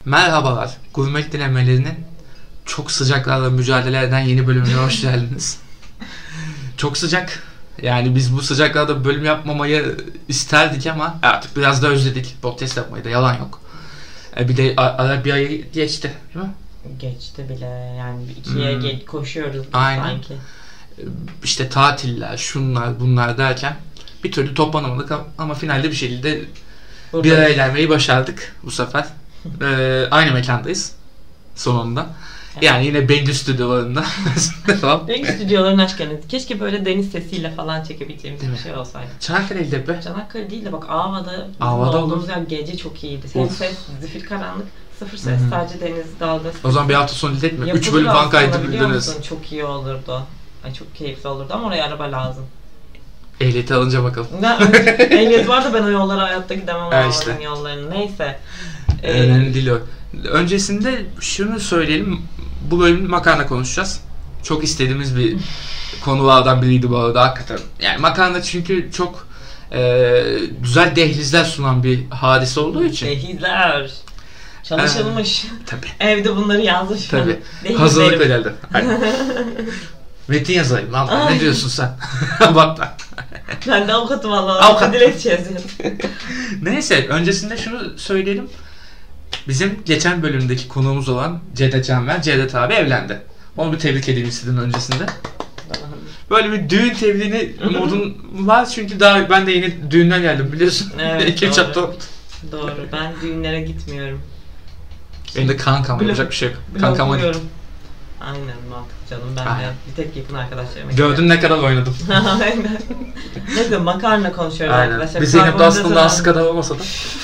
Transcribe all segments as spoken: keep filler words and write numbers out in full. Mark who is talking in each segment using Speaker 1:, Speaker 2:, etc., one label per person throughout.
Speaker 1: Merhabalar, Gurme Dilemelerinin çok sıcaklarla mücadele eden yeni bölümüne hoş geldiniz. Çok sıcak. Yani biz bu sıcaklarda bölüm yapmamayı isterdik ama artık biraz da özledik. Podcast yapmayı da, yalan yok. E bir de ara bir ay geçti, değil mi?
Speaker 2: Geçti bile yani ikiye hmm. geç koşuyoruz sanki.
Speaker 1: İşte tatiller, şunlar bunlar derken bir türlü toplanamadık ama finalde bir şekilde bir araya gelmeyi başardık bu sefer. ee, aynı mekandayız sonunda. Yani yine Bengü stüdyolarında.
Speaker 2: Bengü stüdyolarının aşkını. Keşke böyle deniz sesiyle falan çekebileceğimiz bir şey olsaydı.
Speaker 1: Çanakkale'de be.
Speaker 2: Çanakkale değil de bak Ava'da,
Speaker 1: Ava'da
Speaker 2: olduğumuz yer gece çok iyiydi. Hem ses, zifir karanlık, sıfır ses, hmm. sadece deniz dalgası.
Speaker 1: O zaman bir hafta sonu izlet mi? Üç bölüm falan kaydedildiniz.
Speaker 2: Çok iyi olurdu. Ay çok keyifli olurdu ama oraya araba lazım.
Speaker 1: Ehliyeti alınca bakalım.
Speaker 2: Ehliyet var da ben o yollara hayatta gidemem.
Speaker 1: Evet işte.
Speaker 2: Yollarını. Neyse.
Speaker 1: Önemli değil o. Öncesinde şunu söyleyelim. Bu bölüm makarna konuşacağız. Çok istediğimiz bir konulardan biriydi bu arada hakikaten. Yani makarna çünkü çok e, güzel dehlizler sunan bir hadise olduğu için.
Speaker 2: Dehlizler. Çalışılmış.
Speaker 1: Ee, tabii.
Speaker 2: Evde bunları yazmış.
Speaker 1: Tabii. Hazırlıkla geldi. Metin yazayım lan. Ay. Ne diyorsun sen? Bak ben.
Speaker 2: Ben de avukatım valla. Avukat dilekçe yazıyorum.
Speaker 1: Neyse öncesinde şunu söyleyelim. Bizim geçen bölümdeki konuğumuz olan Cevdet Canver, Cevdet abi evlendi. Onu bir tebrik edeyim istedim öncesinde. Böyle bir düğün tebliğini umudum var çünkü daha ben de yeni düğünden geldim biliyorsun.
Speaker 2: Evet,
Speaker 1: İki üç hafta oldu.
Speaker 2: Doğru. Ben düğünlere gitmiyorum.
Speaker 1: Benim de kankam olacak bir şey yok. Kankam
Speaker 2: oynuyorum. Aynen mantıklı canım. Ben Aynen. de bir tek yakın arkadaşlarıma
Speaker 1: gördün ne kadar oynadım.
Speaker 2: Aynen. Neyse makarna konuşuyoruz
Speaker 1: Aynen.
Speaker 2: arkadaşlar.
Speaker 1: Bir Zeynep de aslında az kadar olmasa da.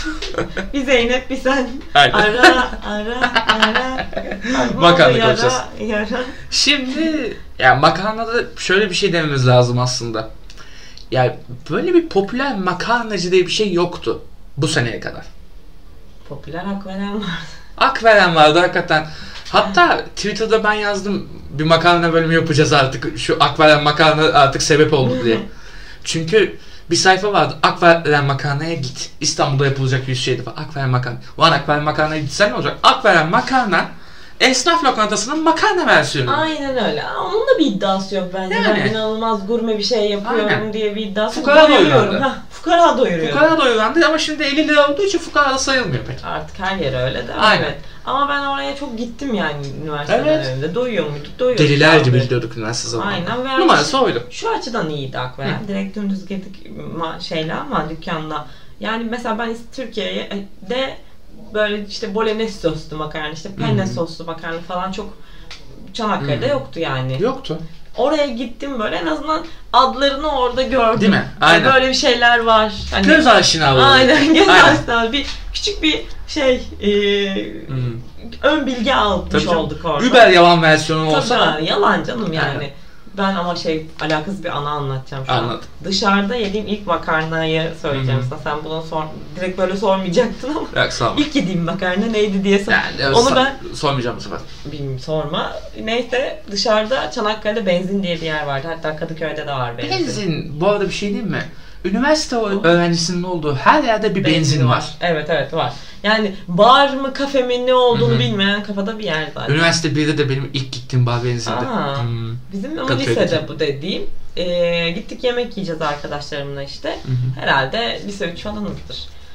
Speaker 2: Bir Zeynep bir sen.
Speaker 1: Aynen.
Speaker 2: Ara ara ara.
Speaker 1: Makarna konuşacağız.
Speaker 2: Yara.
Speaker 1: Şimdi yani makarnada şöyle bir şey dememiz lazım aslında. Yani böyle bir popüler makarnacı diye bir şey yoktu bu seneye kadar.
Speaker 2: Popüler Akveren vardı.
Speaker 1: Akveren vardı hakikaten. Hatta Twitter'da ben yazdım bir makarna bölümü yapacağız artık. Şu Akveren makarna artık sebep oldu diye. Çünkü bir sayfa vardı. Akveren makarnaya git. İstanbul'da yapılacak bir şeydi falan. Akveren makarna. Ulan Akveren makarnaya gitsen ne olacak? Akveren makarna esnaf lokantasının makarna versiyonu.
Speaker 2: Aynen öyle. Onun da bir iddiası yok bence. Yani. Ben inanılmaz gurme bir şey yapıyorum Aynen. diye bir iddiası yok.
Speaker 1: Fukara doyurandı.
Speaker 2: Fukara doyuruyor.
Speaker 1: Fukara doyurandı ama şimdi elli lira olduğu için fukara da sayılmıyor pek.
Speaker 2: Artık her yer öyle de.
Speaker 1: Aynen.
Speaker 2: Evet. Ama ben oraya çok gittim yani üniversite
Speaker 1: evet.
Speaker 2: döneminde. Doyuyor muyduk? Doyuyorduk.
Speaker 1: Deliler gibi gidiyorduk üniversite zamanında.
Speaker 2: Aynen.
Speaker 1: Numarası oydu.
Speaker 2: Şu açıdan iyiydi Akveren. Direkt dümdüz girdik şeyle ama dükkanda. Yani mesela ben Türkiye'de böyle işte bolognese soslu makarna, işte penne hmm. soslu makarna falan çok Çanakkale'de hmm. yoktu yani.
Speaker 1: Yoktu.
Speaker 2: Oraya gittim böyle en azından adlarını orada gördüm.
Speaker 1: Değil mi? Aynen.
Speaker 2: Yani böyle bir şeyler var.
Speaker 1: Hani, göz aşinalığı.
Speaker 2: Aynen göz aşinalığı. Bir küçük bir şey e, hmm. ön bilgi almış Tabii olduk orada.
Speaker 1: Uber yalan versiyonu olsa.
Speaker 2: Tabii yalan canım yani. Aynen. Ben ama şey alakasız bir ana anlatacağım şu
Speaker 1: Anladım.
Speaker 2: an. Dışarıda yediğim ilk makarnayı söyleyeceğim sana. Sen bunu sor, direkt böyle sormayacaktın ama.
Speaker 1: Yok sağ ol.
Speaker 2: İlk yediğim makarna neydi diye sor.
Speaker 1: Yani,
Speaker 2: Onu
Speaker 1: so-
Speaker 2: ben
Speaker 1: sormayacağım bu sefer.
Speaker 2: Bilmiyorum sorma. Neyse dışarıda Çanakkale'de benzin diye bir yer vardı. Hatta Kadıköy'de de var benzin.
Speaker 1: Benzin bu arada bir şey değil mi? Üniversite öğrencisinin olduğu her yerde bir benzin, benzin var. var.
Speaker 2: Evet evet var. Yani bar mı kafe mi ne olduğunu Hı-hı. bilmeyen kafada bir yer zaten.
Speaker 1: Üniversite birde de benim ilk gittiğim bar benzindi.
Speaker 2: Aa, hmm. Bizim ama lisede bu dediğim. Ee, gittik yemek yiyeceğiz arkadaşlarımla işte. Hı-hı. Herhalde lise üç falanızdır.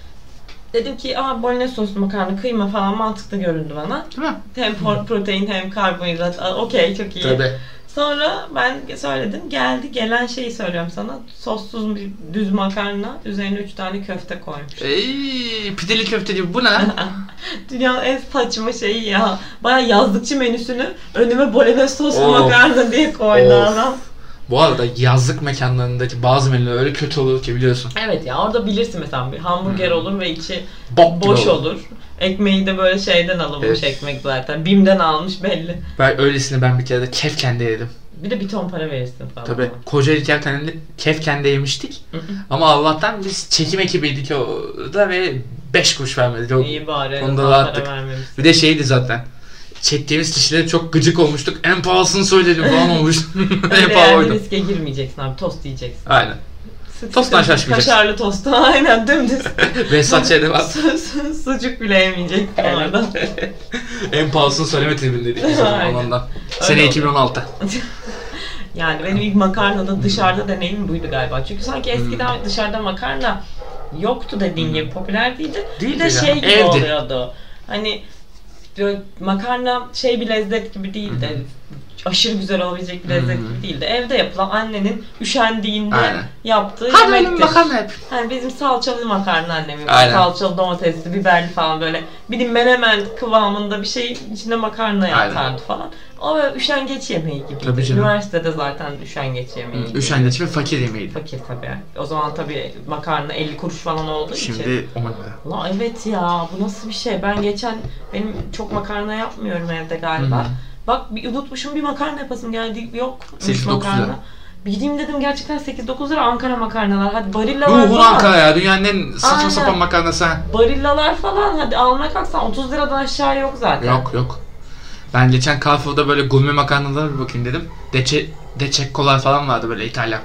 Speaker 2: Dedim ki aa bolognese soslu makarna, kıyma falan mantıklı göründü bana.
Speaker 1: Değil mi?
Speaker 2: Hem protein hem karbonhidrat. Okey çok iyi.
Speaker 1: Tabii.
Speaker 2: Sonra ben söyledim. Geldi. Gelen şeyi söylüyorum sana. Sossuz bir düz makarna. Üzerine üç tane köfte koymuş.
Speaker 1: Eee pideli köfte gibi. Bu ne?
Speaker 2: Dünyanın en saçma şeyi ya. Baya yazlıkçı menüsünü önüme bolognese soslu oh. makarna diye koydu oh. adam.
Speaker 1: Bu arada yazlık mekanlarındaki bazı menüler öyle kötü olur ki biliyorsun.
Speaker 2: Evet ya orada bilirsin mesela bir hamburger hmm. olur ve içi
Speaker 1: Bok
Speaker 2: boş olur. olur. Ekmeği de böyle şeyden alınmış evet. ekmek zaten. Bim'den almış belli.
Speaker 1: Ben öylesine ben bir kere de Kefken'de yedim.
Speaker 2: Bir de bir ton para verirsin falan.
Speaker 1: Tabii. Kocaeli Kefken'de, Kefken'de yemiştik. Hı hı. Ama Allah'tan biz çekim ekibiydik orada ve beş kuruş vermedik. O
Speaker 2: İyi bari.
Speaker 1: Onda rahattık. Bir de şeydi zaten. Çektiğimiz kişilere çok gıcık olmuştuk. En pahalısını söyledim falan olmuş. En pahalı oydu.
Speaker 2: Riske girmeyeceksin abi. Tost yiyeceksin.
Speaker 1: Aynen. Tosttan şaşmayacaksın.
Speaker 2: Kaşarlı tostu aynen dümdüz.
Speaker 1: Behzat Ç'de var.
Speaker 2: Su, su, sucuk bile yemeyecek orada.
Speaker 1: En pahalısını söyleme tribündeydik biz ondan. Sene iki bin on altı.
Speaker 2: Yani benim ilk makarnada dışarıda deneyimim buydu galiba. Çünkü sanki eskiden hmm. dışarıda makarna yoktu dediğin gibi, popüler değildi.
Speaker 1: Değil
Speaker 2: bir de
Speaker 1: ya.
Speaker 2: şey gibi
Speaker 1: Evde
Speaker 2: oluyordu. Hani makarna şey bir lezzet gibi değildi. Hmm. Aşırı güzel olabilecek bir lezzet hmm. gibi değildi. Evde yapılan annenin üşendiğinde Aynen. yaptığı
Speaker 1: Hadi
Speaker 2: yemektir.
Speaker 1: Hadi makarna yap.
Speaker 2: Yani bizim salçalı makarna annem yapıyor. Salçalı, domatesli, biberli falan böyle. Bir de menemen kıvamında bir şey içinde makarna yapardı falan. O üşengeç yemeği gibiydi. Üniversitede zaten üşengeç yemeği gibi.
Speaker 1: Üşengeç ve fakir yemeğiydi.
Speaker 2: Fakir tabii. O zaman tabii makarna elli kuruş falan olduğu
Speaker 1: Şimdi,
Speaker 2: için.
Speaker 1: Şimdi o
Speaker 2: La evet ya, bu nasıl bir şey? Ben geçen, benim çok makarna yapmıyorum evde galiba. Hı-hı. Bak bir unutmuşum, bir makarna yapasım geldi. Yok.
Speaker 1: sekiz dokuz lira.
Speaker 2: Bir gideyim dedim, gerçekten sekiz dokuz lira Ankara makarnalar. Hadi Barilla var
Speaker 1: falan.
Speaker 2: Ruhun
Speaker 1: Ankara ya. Dünyanın en saçma Aynen. sapan makarnası.
Speaker 2: Barillalar falan, hadi almaya kalksan otuz liradan aşağı yok zaten.
Speaker 1: Yok yok. Ben geçen Carrefour'da böyle gurme makarnalara bir bakayım dedim. Deçe, Deçekkolar falan vardı böyle İtalyan.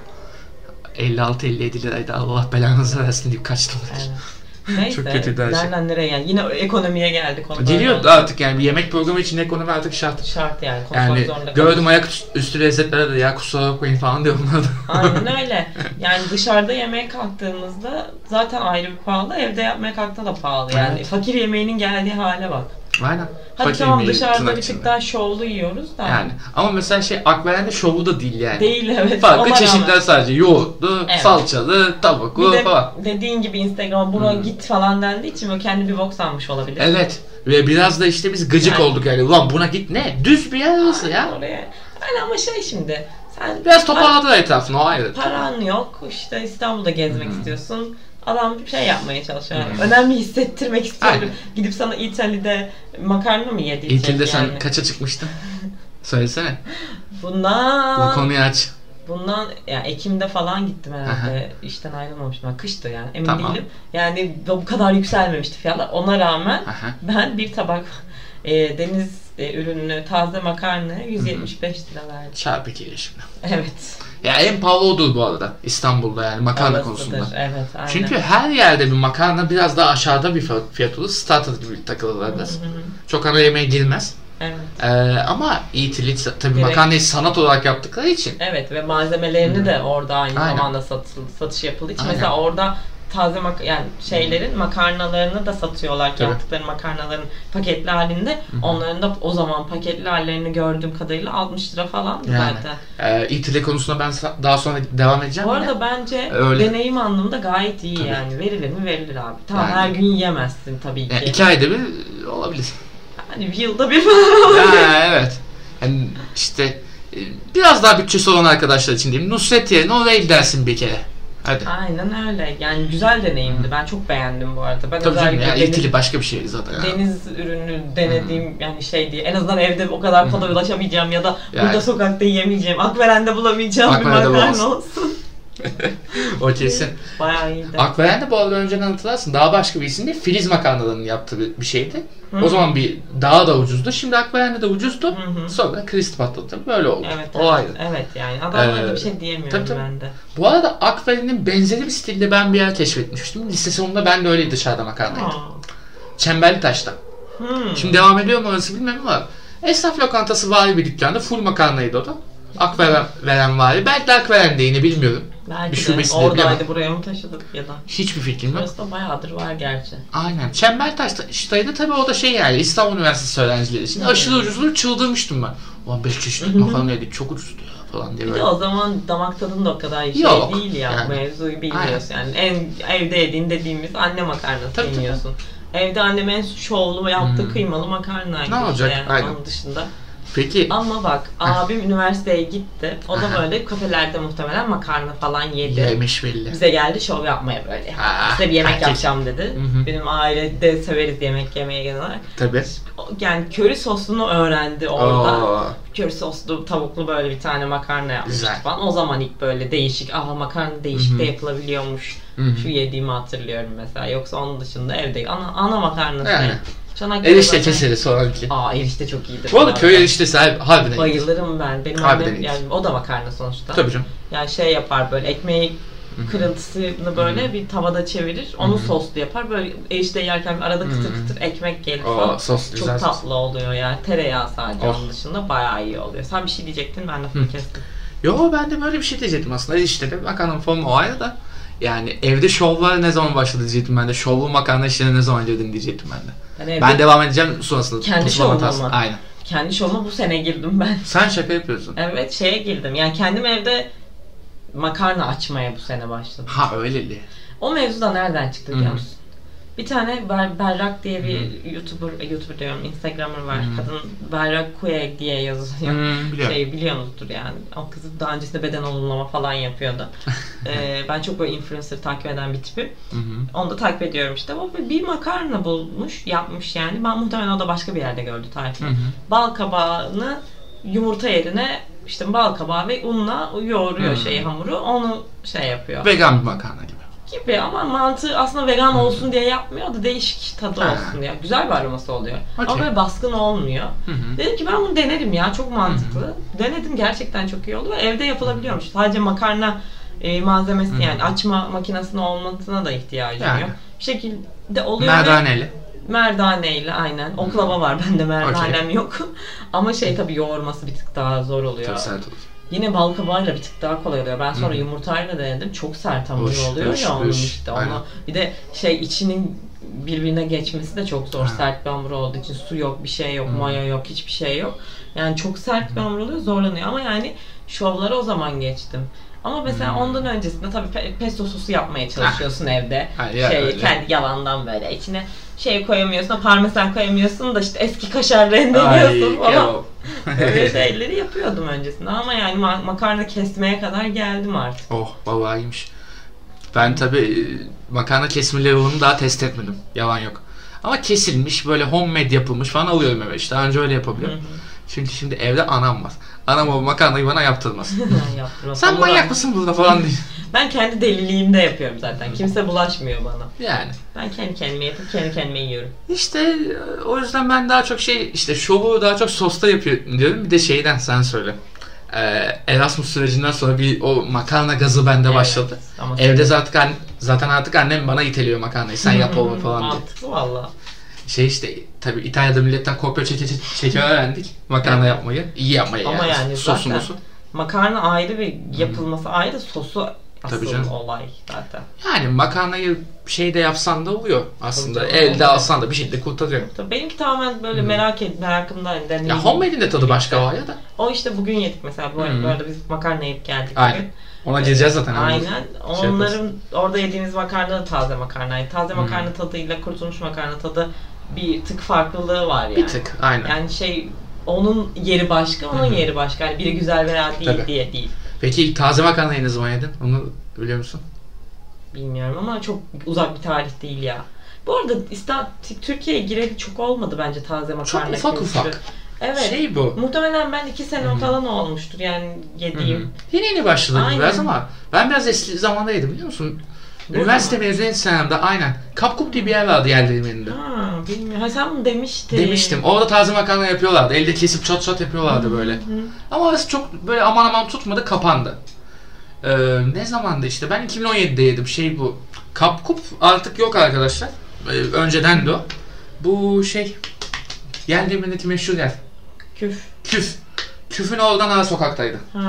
Speaker 1: elli altı elli yedi liraydı. Allah belanızı versin deyip kaçtım. Evet.
Speaker 2: Neyse,
Speaker 1: çok kötüydü her şey.
Speaker 2: Nereden nereye yani? Yine ekonomiye geldik.
Speaker 1: Geliyor artık yani, bir yemek programı için ekonomi artık şart.
Speaker 2: Şart yani.
Speaker 1: Yani gördüm ayak üstü lezzetlere de ya kusura bakmayın falan diyor onlar da.
Speaker 2: Aynen öyle. Yani dışarıda yemeğe kalktığımızda zaten ayrı bir pahalı, evde yapmaya kalktığında da pahalı. Yani evet. Fakir yemeğinin geldiği hale bak.
Speaker 1: Aynen.
Speaker 2: Hadi fakir tamam, dışarıda bir tık daha şovlu yiyoruz da.
Speaker 1: Yani ama mesela şey Akbelen'de şovu da değil yani.
Speaker 2: Değil evet.
Speaker 1: Farklı çeşitler rağmen. Sadece yoğurtlu, evet. salçalı, tavuklu falan.
Speaker 2: Dediğin gibi Instagram'a buna hmm. git falan dendiği için böyle kendi bir bok sanmış olabilir.
Speaker 1: Evet. Ve biraz da işte biz gıcık yani. olduk yani. Ulan buna git ne? Düz bir yer orası ya.
Speaker 2: Oraya. Aynen ama şey şimdi. Sen
Speaker 1: biraz toparladılar etrafını, o ayrı.
Speaker 2: Paran yok. İşte İstanbul'da gezmek hmm. istiyorsun. Adam bir şey yapmaya çalışıyor. Yani. Önemli hissettirmek istiyorum. Aynen. Gidip sana İtalya'da makarna mı yedirecek
Speaker 1: İtalya'da
Speaker 2: yani?
Speaker 1: Sen kaça çıkmıştın? Söylesene.
Speaker 2: Bundan...
Speaker 1: Bu konuyu aç.
Speaker 2: Bundan yani Ekim'de falan gittim herhalde. Aha. İşten ayrılmamıştım. Yani kıştı yani. Emin tamam. değilim. Yani bu kadar yükselmemişti fiyatlar. Ona rağmen Aha. ben bir tabak e, deniz e, ürünlü taze makarnaya yüz yetmiş beş lira verdim.
Speaker 1: Çarpı iki şimdi.
Speaker 2: Evet.
Speaker 1: Ya en pahalı odur bu arada İstanbul'da yani makarna Orasıdır. konusunda.
Speaker 2: Evet, aynen.
Speaker 1: Çünkü her yerde bir makarna biraz daha aşağıda bir fiyat olur. Starter gibi takılırlar biraz. Çok ana yemeğe girmez.
Speaker 2: Evet.
Speaker 1: Ee, ama İTİL'i tabii Direkt. makarnayı sanat olarak yaptıkları için.
Speaker 2: Evet ve malzemelerini Hı-hı. de orada aynı aynen. zamanda satıl, satış yapıldığı için. Aynen. Mesela orada taze mak- yani şeylerin makarnalarını da satıyorlar. Tabii. Yaptıkları makarnaların paketli halinde. Hı-hı. Onların da o zaman paketli hallerini gördüğüm kadarıyla altmış lira falan yani, zaten.
Speaker 1: E, İTİL konusunda ben daha sonra devam edeceğim.
Speaker 2: Bu arada yine. bence Öyle. deneyim anlamında gayet iyi tabii. yani. Verilir mi? Verilir abi. Tamam yani, her gün yiyemezsin tabii ki.
Speaker 1: Yani iki ayda bir olabilir.
Speaker 2: Hani bir yılda bir falan olabilir.
Speaker 1: Ya, evet. Yani işte biraz daha bütçesi olan arkadaşlar için diyeyim. Nusret yerine oraya gidersin bir kere. Hadi.
Speaker 2: Aynen öyle. Yani güzel deneyimdi. Ben çok beğendim bu arada. Ben
Speaker 1: Tabii canım ya, deniz, İTİL'i başka bir şey zaten. Ya.
Speaker 2: Deniz ürünü denediğim hmm. yani şey diye. En azından evde o kadar kolay ulaşamayacağım ya da yani. burada sokakta yiyemeyeceğim. Akvelen'de bulamayacağım Akvelen'de bir makarna olsun.
Speaker 1: O kesin.
Speaker 2: Bayağı iyiydi.
Speaker 1: Akbelen'de bu arada önceden hatırlarsın. Daha başka bir isimdi. Filiz makarnalarının yaptığı bir şeydi. Hı-hı. O zaman bir daha da ucuzdu. Şimdi Akbelen'de de ucuzdu. Hı-hı. Sonra Christ patladı. Böyle oldu.
Speaker 2: Evet.
Speaker 1: O ayrı.
Speaker 2: Evet yani. Adamlara ee, bir şey diyemiyorum tabii, tabii. ben de.
Speaker 1: Bu arada Akbelen'in benzeri bir stilde ben bir yer keşfetmiştim. Lise sonunda ben de öyleydi, dışarıda makarna yedim. Çemberli Taş'ta. Hmm. Şimdi devam ediyor mu orası bilmiyorum ama esnaf lokantası vari bir dükkanda full makarnaydı o da. Akveren veren vari. Belki de Akveren'de yine bilmiyorum.
Speaker 2: Belki bir şubesinde oradaydı, buraya mı taşıdık ya da?
Speaker 1: Hiçbir fikrim yok.
Speaker 2: Burası da bayağıdır var gerçi.
Speaker 1: Aynen. Çembertaş'taydı tabii, o da şey yani İstanbul Üniversitesi öğrencileri için. Aşırı ucuzluğu çıldırmıştım ben. Ulan beş çeşitli makarna yedik, çok ucuzdu ya falan diye
Speaker 2: böyle.
Speaker 1: Bir
Speaker 2: de o zaman damak tadın da o kadar şey yok, değil ya. Yani. Mevzuyu bilmiyorsun yani. En evde yediğin dediğimiz anne makarnası tabii, yemiyorsun. Tabii. Evde annem en şovlu yaptığı hmm. kıymalı makarna.
Speaker 1: Ne olacak?
Speaker 2: Yani.
Speaker 1: Aynen.
Speaker 2: Onun dışında.
Speaker 1: Peki.
Speaker 2: Ama bak abim üniversiteye gitti. O da böyle kafelerde muhtemelen makarna falan yedi.
Speaker 1: Yemiş belli.
Speaker 2: Bize geldi şov yapmaya böyle. Ha, size bir yemek erkek. yapacağım dedi. Hı-hı. Benim ailede severiz yemek yemeye genel olarak.
Speaker 1: Tabii. Yani
Speaker 2: köri sosunu öğrendi orada. Oo. Köri soslu tavuklu böyle bir tane makarna yapmıştı Güzel. falan. O zaman ilk böyle değişik, aha makarna değişik Hı-hı. de yapılabiliyormuş. Hı-hı. Şu yediğimi hatırlıyorum mesela. Yoksa onun dışında evde ana, ana makarnası. Yani.
Speaker 1: Erişte keseri sonraki.
Speaker 2: Aa erişte çok iyidir.
Speaker 1: Bu arada köy eriştesi harbiden
Speaker 2: bayılırım ben. Benim
Speaker 1: harbiden
Speaker 2: annem yani o da makarna sonuçta.
Speaker 1: Tabii canım.
Speaker 2: Yani şey yapar böyle ekmeği kırıntısını böyle Hı-hı. bir tavada çevirir. Onu Hı-hı. soslu yapar. Böyle erişte yerken arada kıtır Hı-hı. kıtır ekmek gelir falan. Sos, çok tatlı sos. Oluyor yani. Tereyağı sadece oh. onun dışında bayağı iyi oluyor. Sen bir şey diyecektin, ben lafını kestim.
Speaker 1: Yo, ben de böyle bir şey diyecektim aslında. İşte de makarna falan o ayrı da. Yani evde şovlar ne zaman başladı diyecektim ben de. Şovlu makarna işlerine ne zaman girdin diyecektim ben de. Yani ben devam edeceğim sonrasında.
Speaker 2: Kendi şovuma mı?
Speaker 1: Aynen.
Speaker 2: Kendi şovuma bu sene girdim ben.
Speaker 1: Sen şaka yapıyorsun.
Speaker 2: Evet, şeye girdim. Yani kendim evde makarna açmaya bu sene başladım.
Speaker 1: Ha, öyleli.
Speaker 2: O mevzu da nereden çıktı biliyor musun? Bir tane Ber- Berrak diye bir Hı-hı. YouTuber, YouTuber diyorum, Instagramer var. Hı-hı. Kadın Berrak Kuye diye yazıyor. Hı-hı, şey biliyorsunuzdur yani. O kız daha öncesinde beden olumlama falan yapıyordu. ee, ben çok böyle influencer takip eden bir tipim. Hı-hı. Onu da takip ediyorum işte. O bir makarna bulmuş, yapmış yani. Ben muhtemelen o da başka bir yerde gördü tarifi. Bal kabağını yumurta yerine işte bal kabağı ve unla yoğuruyor Hı-hı. şey hamuru. Onu şey yapıyor.
Speaker 1: Vegan bir makarna gibi.
Speaker 2: Gibi ama mantığı aslında vegan olsun diye yapmıyor da değişik tadı olsun diye. Güzel bir aroması oluyor. Okay. Ama böyle baskın olmuyor. Hı-hı. Dedim ki ben bunu denerim ya, çok mantıklı. Hı-hı. Denedim, gerçekten çok iyi oldu ve evde yapılabiliyormuş. Sadece makarna e, malzemesi Hı-hı. yani açma makinesinin olmasına da ihtiyacım yani. yok. Bir şekilde oluyor.
Speaker 1: Merdaneli.
Speaker 2: Merdaneyle aynen. Oklava var, bende merdanem okay. yok. Ama şey tabii yoğurması bir tık daha zor oluyor.
Speaker 1: Tabii sert olur.
Speaker 2: Yine bal kabağıyla bir tık daha kolay oluyor. Ben sonra hmm. yumurtayla denedim. Çok sert hamur hoş, oluyor hoş, ya onun hoş. işte. Onu bir de şey içinin birbirine geçmesi de çok zor. Ha. Sert bir hamur olduğu için su yok, bir şey yok, hmm. maya yok, hiçbir şey yok. Yani çok sert bir hamur oluyor, zorlanıyor ama yani şovlara o zaman geçtim. Ama mesela hmm. ondan öncesinde tabii pesto sosu yapmaya çalışıyorsun ha. evde. Ha, ya, şey öyle. Kendi yalandan böyle içine şey koyamıyorsun, parmesan koyamıyorsun da işte eski kaşar rendeliyorsun falan. Öyle şeyleri yapıyordum öncesinde ama yani ma- makarna kesmeye kadar geldim artık.
Speaker 1: Oh, vallahi iyiymiş. Ben tabii makarna kesme level'ını daha test etmedim. Yalan yok. Ama kesilmiş, böyle homemade yapılmış falan alıyorum eve. İşte önce öyle yapabiliyorum. Hı hı. Çünkü şimdi evde anam var. Anam o makarnayı bana yaptırmaz. Sen manyak mısın burada falan diye.
Speaker 2: Ben kendi deliliğimde yapıyorum zaten. Kimse bulaşmıyor bana.
Speaker 1: Yani.
Speaker 2: Ben kendi kendime yapıp kendi kendime yiyorum.
Speaker 1: İşte o yüzden ben daha çok şey, işte şovu daha çok sosta yapıyorum diyorum. Bir de şeyden sen söyle. Ee, Erasmus sürecinden sonra bir o makarna gazı bende evet, başladı. Evde zaten zaten artık annem bana iteliyor makarnayı. Sen yap oğlum falan diye.
Speaker 2: Mantıklı valla.
Speaker 1: Şey işte tabii İtalya'da milletten kopya çeke çeke öğrendik makarna yapmayı. İyi yapmayı
Speaker 2: ama yani.
Speaker 1: yani
Speaker 2: sosu mosu. Makarna ayrı bir yapılması hmm. ayrı, sosu asıl olay zaten.
Speaker 1: Yani makarnayı şeyde yapsan da oluyor aslında. Tabii, elde tabii. alsan da bir şekilde kurtarıyor.
Speaker 2: Tabii, benimki tamamen böyle hmm. merak et, merakımdan. Yani
Speaker 1: ya homemade'in de tadı başka var ya da.
Speaker 2: O işte bugün yedik mesela. Böyle, hmm. böyle biz makarna yiyip geldik
Speaker 1: Aynen.
Speaker 2: bugün.
Speaker 1: Ona geleceğiz zaten.
Speaker 2: Aynen. Şey onların yaparız. Orada yediğimiz makarna da taze makarnaydı. Taze hmm. makarna tadıyla kurutulmuş makarna tadı bir tık farklılığı var yani.
Speaker 1: Bir tık, aynen.
Speaker 2: Yani şey, onun yeri başka, onun Hı-hı. yeri başka. Yani biri güzel veya değil Tabii. diye değil.
Speaker 1: Peki ilk taze makarnayı ne zaman yedin? Onu biliyor musun?
Speaker 2: Bilmiyorum ama çok uzak bir tarih değil ya. Bu arada İstanbul, Türkiye'ye gireli çok olmadı bence taze makarna.
Speaker 1: Çok ufak kültürü. ufak.
Speaker 2: Evet.
Speaker 1: Şey bu.
Speaker 2: Muhtemelen ben iki sene Hı-hı. falan olmuştur yani yediğim. Hı-hı.
Speaker 1: Yeni yeni başladı biraz ama ben biraz eski zamanda yedim biliyor musun? Üniversite mezuniyet senemde aynen. Kapkup diye bir yer vardı yerlerim elinde.
Speaker 2: Ha, bilmiyorum. Ha, sen bunu demiştin.
Speaker 1: Demiştim. Orada taze makarna yapıyorlardı. Elde kesip çat çat yapıyorlardı Hı-hı. böyle. Ama orası çok böyle aman aman tutmadı, kapandı. Ee, ne zamandı işte? Ben iki bin on yedide yedim. Şey bu. Kapkup artık yok arkadaşlar. Ee, önceden de o. Bu şey. Yerlerimindeki meşhur yer.
Speaker 2: Küf.
Speaker 1: Küf. Küfün oradan ara sokaktaydı.
Speaker 2: Ha.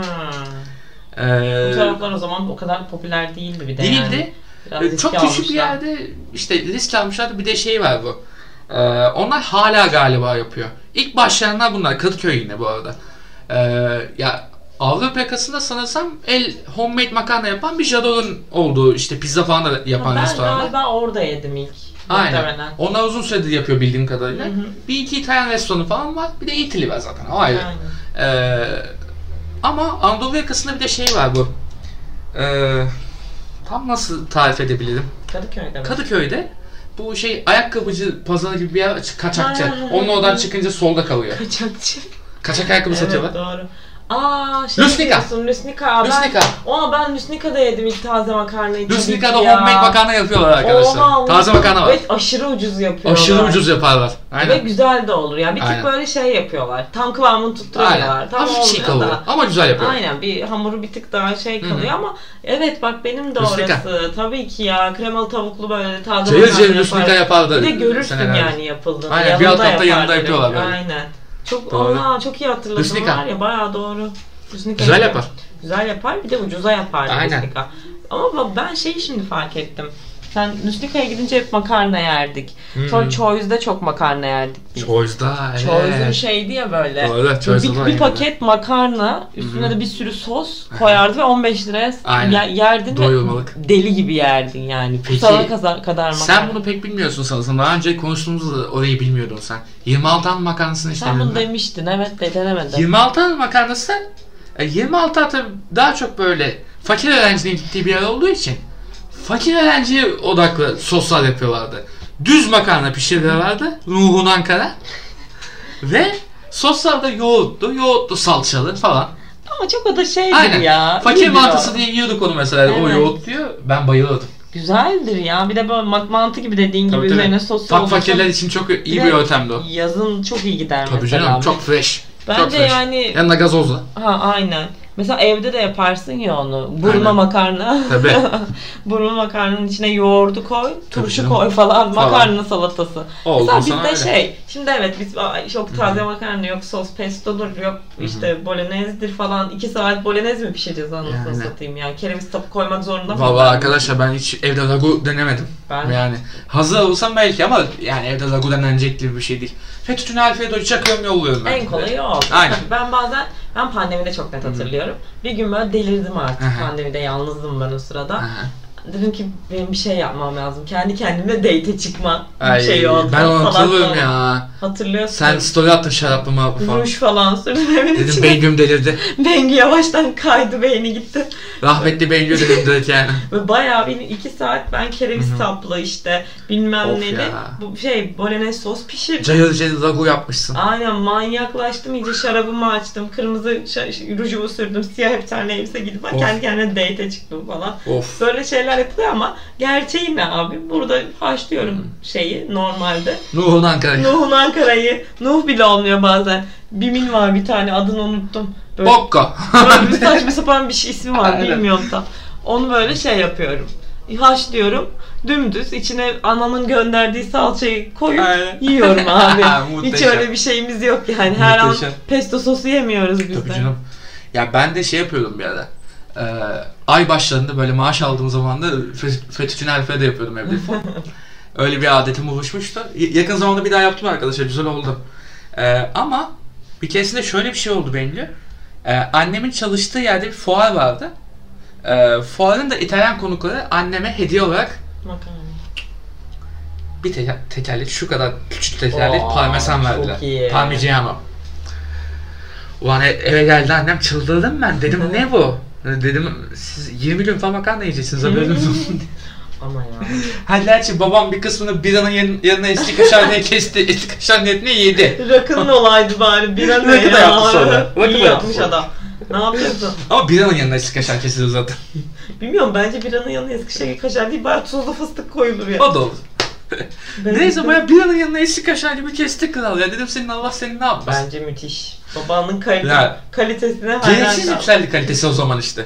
Speaker 2: Ee, Bu taraflar o zaman o kadar popüler değildi bir de
Speaker 1: değildi. Yani. Çok küçük bir yerde işte risk almışlardı. Bir de şey var bu. Ee, onlar hala galiba yapıyor. İlk başlayanlar bunlar. Kadıköy yine bu arada. Ee, ya Avrupa yakasında sanırsam el homemade makarna yapan bir Jadot'un olduğu işte pizza falan da yapan
Speaker 2: ben
Speaker 1: restoranlar.
Speaker 2: Ben galiba orada yedim ilk.
Speaker 1: Aynen. Onlar uzun süredir yapıyor bildiğim kadarıyla. Hı hı. Bir iki İtalyan restoranı falan var. Bir de İtali var zaten. O ayrı. Ee, ama Anadolu yakasında bir de şey var bu. Ee, tam nasıl tarif edebilirim?
Speaker 2: Kadıköy'de mi?
Speaker 1: Kadıköy'de bu şey ayakkabıcı pazarı gibi bir yer, kaçakçı. Onun oradan çıkınca solda kalıyor.
Speaker 2: Kaçakçı.
Speaker 1: Kaçak ayakkabı
Speaker 2: evet,
Speaker 1: satıyorlar.
Speaker 2: Doğru. Aa şey
Speaker 1: Lusnica.
Speaker 2: diyorsun, Lusnica.
Speaker 1: Lusnica.
Speaker 2: Ben, Aa, ben Lusnica'da yedim ilk taze makarnayı.
Speaker 1: Lusnica'da homemade makarna yapıyorlar arkadaşlar.
Speaker 2: Oha,
Speaker 1: taze makarna var.
Speaker 2: Ve aşırı ucuz yapıyorlar.
Speaker 1: Aşırı ucuz yaparlar. Aynen.
Speaker 2: Ve güzel de olur. Yani bir tık
Speaker 1: Aynen.
Speaker 2: böyle şey yapıyorlar. Tam kıvamını tutturamıyorlar.
Speaker 1: Aynen.
Speaker 2: Tam
Speaker 1: Hafif çiğ kalıyor
Speaker 2: da.
Speaker 1: ama güzel yapıyorlar.
Speaker 2: Aynen, bir hamuru bir tık daha şey kalıyor.
Speaker 1: Hı-hı.
Speaker 2: Ama evet bak benim de
Speaker 1: Lusnica.
Speaker 2: orası. Tabii ki ya, kremalı tavuklu böyle taze
Speaker 1: Cayır
Speaker 2: makarna
Speaker 1: cayır Lusnica yapardı.
Speaker 2: Bir de görürsün
Speaker 1: seneler.
Speaker 2: yani yapıldığını.
Speaker 1: Aynen, bir alt hafta yanında yapıyorlar böyle.
Speaker 2: Aynen. Çok
Speaker 1: Doğru.
Speaker 2: Aa, çok iyi hatırladım
Speaker 1: Lusnica.
Speaker 2: var ya, bayağı doğru. Lusnica
Speaker 1: Güzel
Speaker 2: yapıyor.
Speaker 1: yapar.
Speaker 2: Güzel yapar, bir de ucuza yapar
Speaker 1: Aynen.
Speaker 2: Lusnica. Ama bak ben şeyi şimdi fark ettim. Sen Lusnica'ya gidince hep makarna yerdik.
Speaker 1: Hmm.
Speaker 2: Sonra Choice'da çok makarna yerdik biz.
Speaker 1: Choice'da evet.
Speaker 2: Choice'un şeydi ya böyle.
Speaker 1: Doğru, Choice'da
Speaker 2: bir, bir paket makarna, üstüne de bir sürü sos koyardı ve on beş liraya
Speaker 1: Aynen.
Speaker 2: yerdin
Speaker 1: Doyurmalık.
Speaker 2: ve deli gibi yerdin yani.
Speaker 1: Peki,
Speaker 2: Kusana kadar, kadar makarna.
Speaker 1: Sen bunu pek bilmiyorsun sanırsam. Daha önce konuştuğumuzda orayı bilmiyordun sen. yirmi altı an makarnasını işte.
Speaker 2: Sen bunu demiştin, evet de denemedim.
Speaker 1: yirmi altı an makarnası e, yirmi altı tabii daha çok böyle fakir öğrencinin gittiği bir yer olduğu için fakir öğrenciye odaklı soslar yapıyorlardı. Düz makarna pişiriyorlardı. Nuhun Ankara. Ve soslar da yoğurtlu, yoğurtlu salçalı falan.
Speaker 2: Ama çok o da şeydir
Speaker 1: Aynen.
Speaker 2: ya.
Speaker 1: Fakir
Speaker 2: iyidir
Speaker 1: mantısı
Speaker 2: o.
Speaker 1: diye yiyorduk onu mesela.
Speaker 2: Evet.
Speaker 1: O yoğurt diyor. Ben bayılıyordum.
Speaker 2: Güzeldir ya. Bir de böyle mat- mantı gibi dediğin
Speaker 1: Tabii,
Speaker 2: gibi
Speaker 1: tabii.
Speaker 2: üzerine sosu
Speaker 1: Fak
Speaker 2: olursa-
Speaker 1: fakirler için çok iyi
Speaker 2: Bir
Speaker 1: bir
Speaker 2: de
Speaker 1: yöntemdi o.
Speaker 2: Yazın çok iyi gider
Speaker 1: Tabii
Speaker 2: mesela.
Speaker 1: canım, çok fresh.
Speaker 2: Bence
Speaker 1: çok fresh.
Speaker 2: yani-
Speaker 1: Yanına gazozla.
Speaker 2: Ha aynen. Mesela evde de yaparsın ya onu. Burma
Speaker 1: Aynen.
Speaker 2: makarna.
Speaker 1: Tabii.
Speaker 2: Burma makarnanın içine yoğurdu koy, turşu
Speaker 1: canım.
Speaker 2: koy falan,
Speaker 1: Falan.
Speaker 2: makarna salatası.
Speaker 1: Oldu
Speaker 2: Mesela
Speaker 1: sana
Speaker 2: bizde
Speaker 1: öyle.
Speaker 2: şey, şimdi evet biz ay, çok taze makarna yok, sos pestodur, yok işte bolognezdir falan. iki saat bolognez mi pişireceğiz anasını
Speaker 1: Yani.
Speaker 2: satayım yani. Kereviz tapu koymak zorunda mı?
Speaker 1: Vallahi arkadaşlar ben hiç evde ragu denemedim.
Speaker 2: Ben-
Speaker 1: Yani hazır olsam belki ama yani evde ragu denenecek gibi bir şey değil. Fettuccine Alfredo çakıyorum yolluyorum ben.
Speaker 2: En kolayı o.
Speaker 1: Aynen.
Speaker 2: Tabii ben bazen, ben pandemide çok net hatırlıyorum. Bir gün böyle delirdim artık.
Speaker 1: Aha.
Speaker 2: Pandemide yalnızdım ben o sırada.
Speaker 1: Aha.
Speaker 2: Dedim ki benim bir şey yapmam lazım. Kendi kendime date'e çıkma
Speaker 1: Ay,
Speaker 2: şeyi oldu.
Speaker 1: ben onu
Speaker 2: Salak
Speaker 1: hatırlıyorum
Speaker 2: oldu.
Speaker 1: ya.
Speaker 2: Hatırlıyorsun.
Speaker 1: Sen story attın şaraplı mı falan.
Speaker 2: Ruj falan sürdüm evin
Speaker 1: Dedim
Speaker 2: içine.
Speaker 1: Bengüm delirdi.
Speaker 2: Bengi yavaştan kaydı, beyni gitti.
Speaker 1: Rahmetli Bengü dedim direkt yani.
Speaker 2: Ve bayağı bir iki saat ben kereviz
Speaker 1: Hı hı.
Speaker 2: saplı işte bilmem
Speaker 1: Of
Speaker 2: neli.
Speaker 1: ya.
Speaker 2: Bu şey bolognese sos pişirdim.
Speaker 1: Cayır cayır ragu yapmışsın.
Speaker 2: Aynen manyaklaştım, iyice şarabımı açtım, kırmızı şa- rujumu sürdüm, siyah bir tane elbise gidip ben
Speaker 1: Of.
Speaker 2: kendi kendime date'e çıktım falan.
Speaker 1: Of.
Speaker 2: Böyle şeyler yapılıyor ama gerçeği ne abi? Burada haşlıyorum şeyi normalde.
Speaker 1: Nuh'un Ankara'yı.
Speaker 2: Nuh'un Ankara'yı, Nuh bile olmuyor bazen. Bimin var bir tane, adını unuttum. Böyle,
Speaker 1: Bokko.
Speaker 2: böyle bir saçma sapan bir şey ismi var,
Speaker 1: Aynen.
Speaker 2: bilmiyorum tam. Onu böyle şey yapıyorum. Haşlıyorum. Dümdüz içine anamın gönderdiği salçayı koyup
Speaker 1: Aynen.
Speaker 2: yiyorum abi. Hiç
Speaker 1: Muhteşem.
Speaker 2: öyle bir şeyimiz yok yani. Her
Speaker 1: Muhteşem.
Speaker 2: an pesto sosu yemiyoruz biz
Speaker 1: Tabii
Speaker 2: de.
Speaker 1: canım. Ya ben de şey yapıyordum bir ara. Ee, ay başlarında böyle maaş aldığım zaman da fe- fettuccine alfredo yapıyordum evde. Öyle bir adetim oluşmuştu. Y- yakın zamanda bir daha yaptım arkadaşlar. Güzel oldu. Ee, ama bir keresinde şöyle bir şey oldu Bengü. Ee, annemin çalıştığı yerde bir fuar vardı. Ee, fuarın da İtalyan konukları anneme hediye olarak
Speaker 2: Makarna.
Speaker 1: bir te- tekerlek, şu kadar küçük tekerlek
Speaker 2: Oo,
Speaker 1: parmesan
Speaker 2: çok
Speaker 1: verdiler.
Speaker 2: iyi.
Speaker 1: Parmigiano. Ulan e- eve geldi annem, çıldırdım ben. Dedim ne bu? Dedim siz yirmi gün falan makarna yiyeceksiniz haberiniz olsun.
Speaker 2: Ama ya.
Speaker 1: Ha gerçi babam bir kısmını biranın yan- yanına eski kaşar diye kesti. Eski kaşar niyetine yedi.
Speaker 2: Rakının olaydı bari. Bir an
Speaker 1: Rakı da yaptı sonra. Rakı da
Speaker 2: İyi
Speaker 1: yaptı
Speaker 2: yapmış
Speaker 1: sonra.
Speaker 2: adam. Ne yapıyorsun?
Speaker 1: Ama biranın yanına eski kaşar kesilir zaten.
Speaker 2: Bilmiyorum, bence biranın yanına Eskişehir kaşar değil, bari tuzlu fıstık koyulur ya.
Speaker 1: O da olur.
Speaker 2: Ben-
Speaker 1: Neyse baya biranın yanına eski kaşar gibi kesti kral ya. Dedim senin Allah senin ne yapmaz?
Speaker 2: Bence müthiş. Babanın kalite,
Speaker 1: Ya.
Speaker 2: kalitesine hayran
Speaker 1: Gereksiz
Speaker 2: kaldım.
Speaker 1: yükseldi kalitesi o zaman işte.